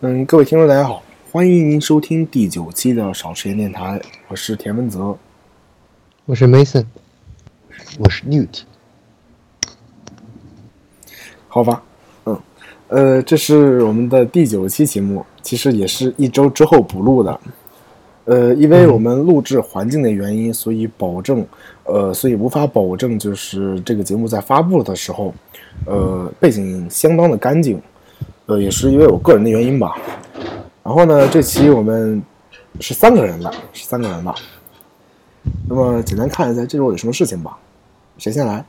各位听众大家好，欢迎您收听第9期的少吃盐电台，我是田文泽， 我是 Mason， 我是 Newt。 好吧，这是我们的第9期节目，其实也是1周之后补录的，因为我们录制环境的原因，所以无法保证就是这个节目在发布的时候，背景相当的干净。也是因为我个人的原因吧。然后呢，这期我们是三个人了。那么简单看一下这周有什么事情吧。谁先来？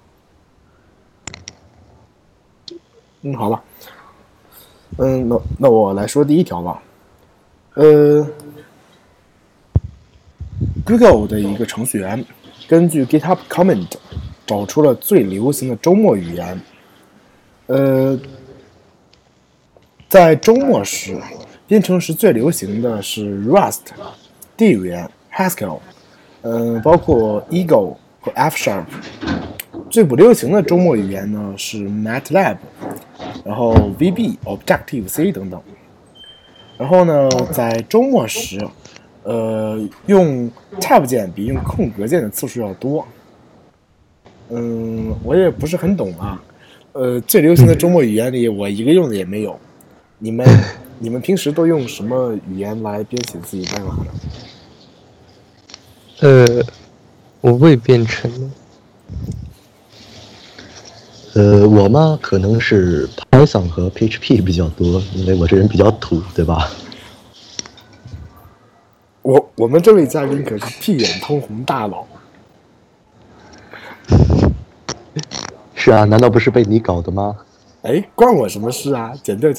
好吧。那我来说第一条吧。Google 的一个程序员根据 GitHub Comment 找出了最流行的周末语言。在周末时，编程时最流行的是 Rust、D 语言、Haskell， 包括 Eagle 和 F#。最不流行的周末语言呢是 MATLAB， 然后 VB、Objective-C 等等。然后呢，在周末时，用 Tab 键比用空格键的次数要多。我也不是很懂啊。最流行的周末语言里，我一个用的也没有。你们平时都用什么语言来编写自己代码呢？我未编程。 我嘛，可能是 Python 和 PHP 比较多，因为我这人比较土，对吧？ 我们这位嘉宾可是屁眼通红大佬。 是啊，难道不是被你搞的吗？ 哎，关我什么事啊？剪掉。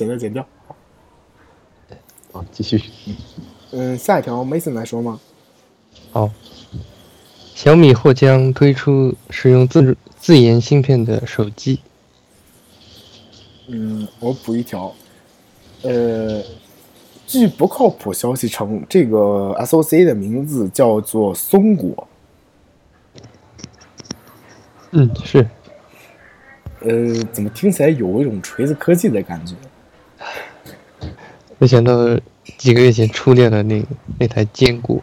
好，继续。 下一条 Mason 来说吗？ 好，小米或将推出使用自研芯片的手机。 我补一条。据不靠谱消息称，这个 SoC 的名字叫做松果。 是。 怎么听起来有一种锤子科技的感觉？ 没想到几个月前出掉的那台坚果。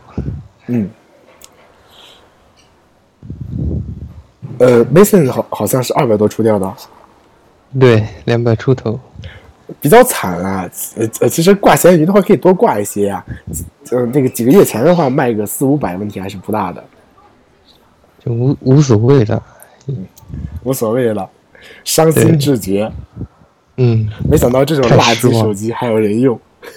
Mason 好像是200多出掉的。 对，200出头。 比较惨啊。其实挂闲鱼的话可以多挂一些啊。那个几个月前的话卖个400-500问题还是不大的。 就无所谓了。 无所谓了。伤心至绝。没想到这种垃圾手机还有人用。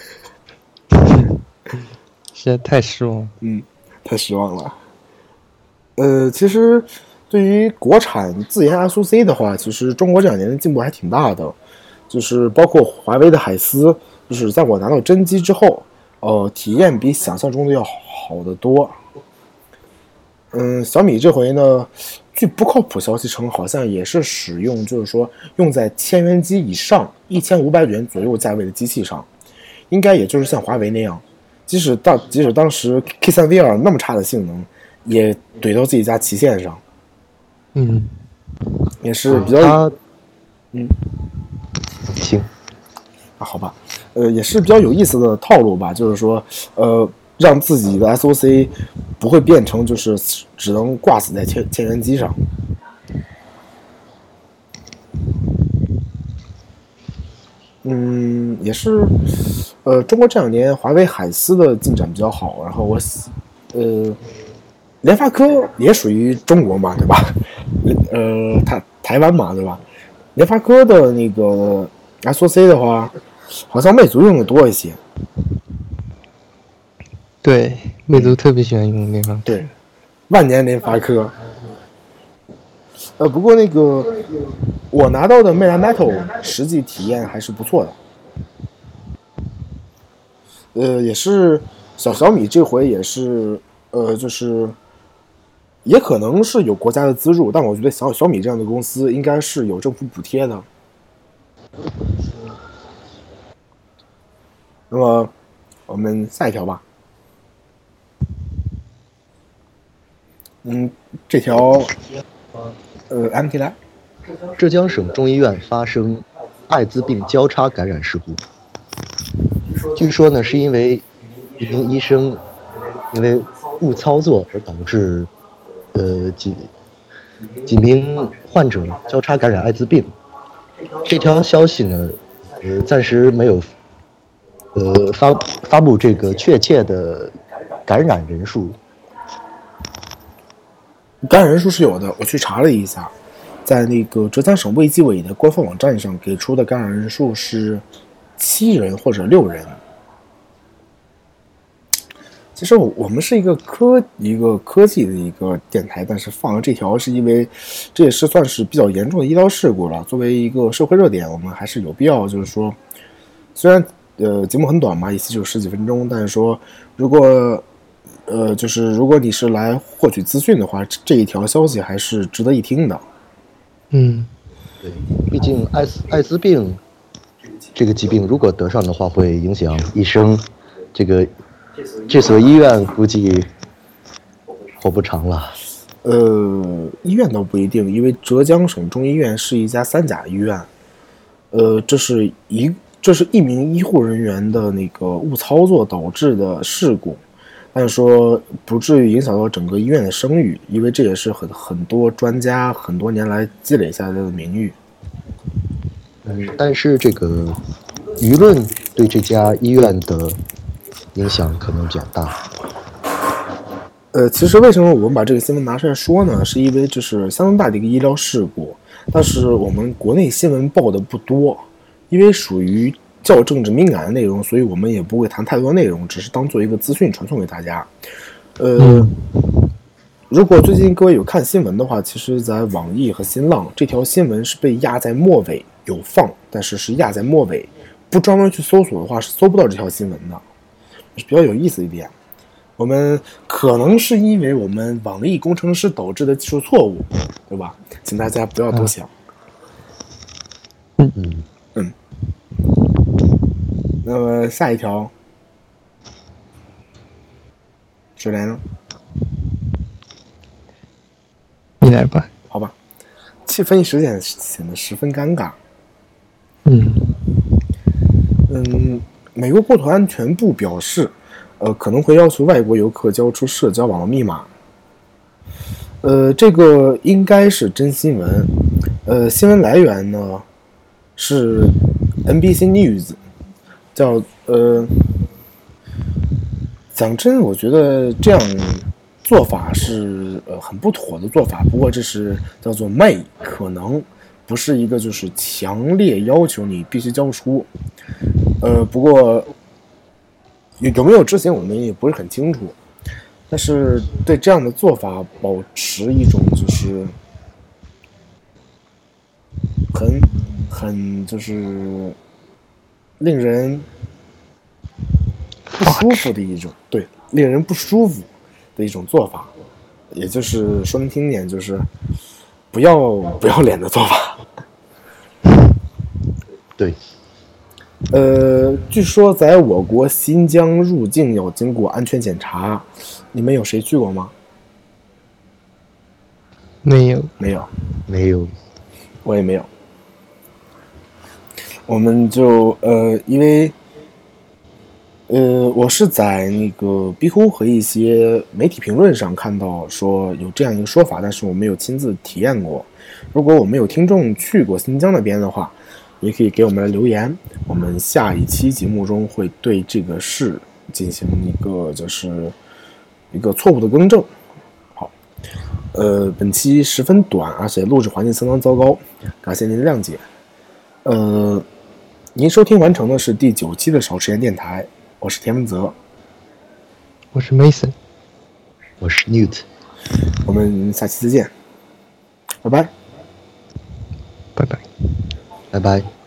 实在太失望。 太失望了。其实对于国产自研 SoC 的话，其实中国这2年的进步还挺大的，就是包括华为的海思，就是在我拿到真机之后，体验比想象中的要好得多。小米这回呢，据不靠谱消息称，好像也是使用，就是说用在1000元机以上1500元左右价位的机器上，应该也就是像华为那样，即使当时 K3VR 那么差的性能，也怼到自己家旗舰上。也是比较行好吧，也是比较有意思的套路吧，就是说让自己的 SoC 不会变成就是只能挂死在1000元机上。也是中国这2年华为海思的进展比较好，然后联发科也属于中国嘛，对吧？台湾嘛，对吧？联发科的那个 SoC 的话，好像魅族用的多一些。 对，魅族特别喜欢用联发科。 对，万年联发科。不过那个我拿到的魅蓝 Metal 实际体验还是不错的。也是小米这回也是就是也可能是有国家的资助，但我觉得小米这样的公司应该是有政府补贴的。那么我们下一条吧。这条MT 来。 浙江省中医院发生艾滋病交叉感染事故。 据说呢是因为一名医生因为误操作而导致几名患者交叉感染艾滋病。这条消息呢，暂时没有发布这个确切的感染人数。 感染人数是有的，我去查了一下，在那个浙江省卫计委的官方网站上给出的感染人数是7人或者6人。其实我们是一个科技的一个电台，但是放了这条是因为这也是算是比较严重的医疗事故了。作为一个社会热点，我们还是有必要，就是说，虽然节目很短嘛，一期就10几分钟，但是说如果你是来获取资讯的话，这一条消息还是值得一听的。 对，毕竟艾滋病这个疾病，如果得上的话，会影响一生。这所医院估计活不长了。 医院倒不一定，因为浙江省中医院是一家3甲医院。这是一名医护人员的那个误操作导致的事故，但是说不至于影响到整个医院的声誉，因为这也是很多专家很多年来积累下来的名誉。 但是这个舆论对这家医院的影响可能比较大。 其实为什么我们把这个新闻拿出来说呢？是因为这是相当大的一个医疗事故，但是我们国内新闻报的不多，因为属于较政治敏感的内容，所以我们也不会谈太多内容，只是当做一个资讯传送给大家。如果最近各位有看新闻的话，其实在网易和新浪这条新闻是被压在末尾，有放，但是压在末尾，不专门去搜索的话是搜不到这条新闻的，是比较有意思一点。我们可能是因为我们网易工程师导致的技术错误，对吧？请大家不要多想。那么下一条，谁来呢？ 你来吧。 好吧，气氛一时间显得十分尴尬。美国国土安全部表示，可能会要求外国游客交出社交网络密码。这个应该是真新闻。新闻来源呢是 NBC News， 叫讲真，我觉得这样做法是很不妥的做法。不过这是叫做 may， 可能不是一个就是强烈要求你必须交出。不过有没有执行我们也不是很清楚。但是对这样的做法保持一种就是很就是令人不舒服的一种，对，令人不舒服的一种做法，也就是说难听点，就是不要脸的做法。 对。 据说在我国新疆入境要经过安全检查，你们有谁去过吗？ 没有， 我也没有。我们就因为我是在那个逼呼和一些媒体评论上看到说有这样一个说法，但是我没有亲自体验过。如果我们有听众去过新疆那边的话，也可以给我们来留言，我们下一期节目中会对这个事进行一个错误的更正。好，本期十分短，而且录制环境相当糟糕，感谢您的谅解。您收听完成的是第9期的少吃盐电台，我是田文泽， 我是 Mason， 我是 Newt， 我们下期再见，拜拜， 拜拜。 拜拜。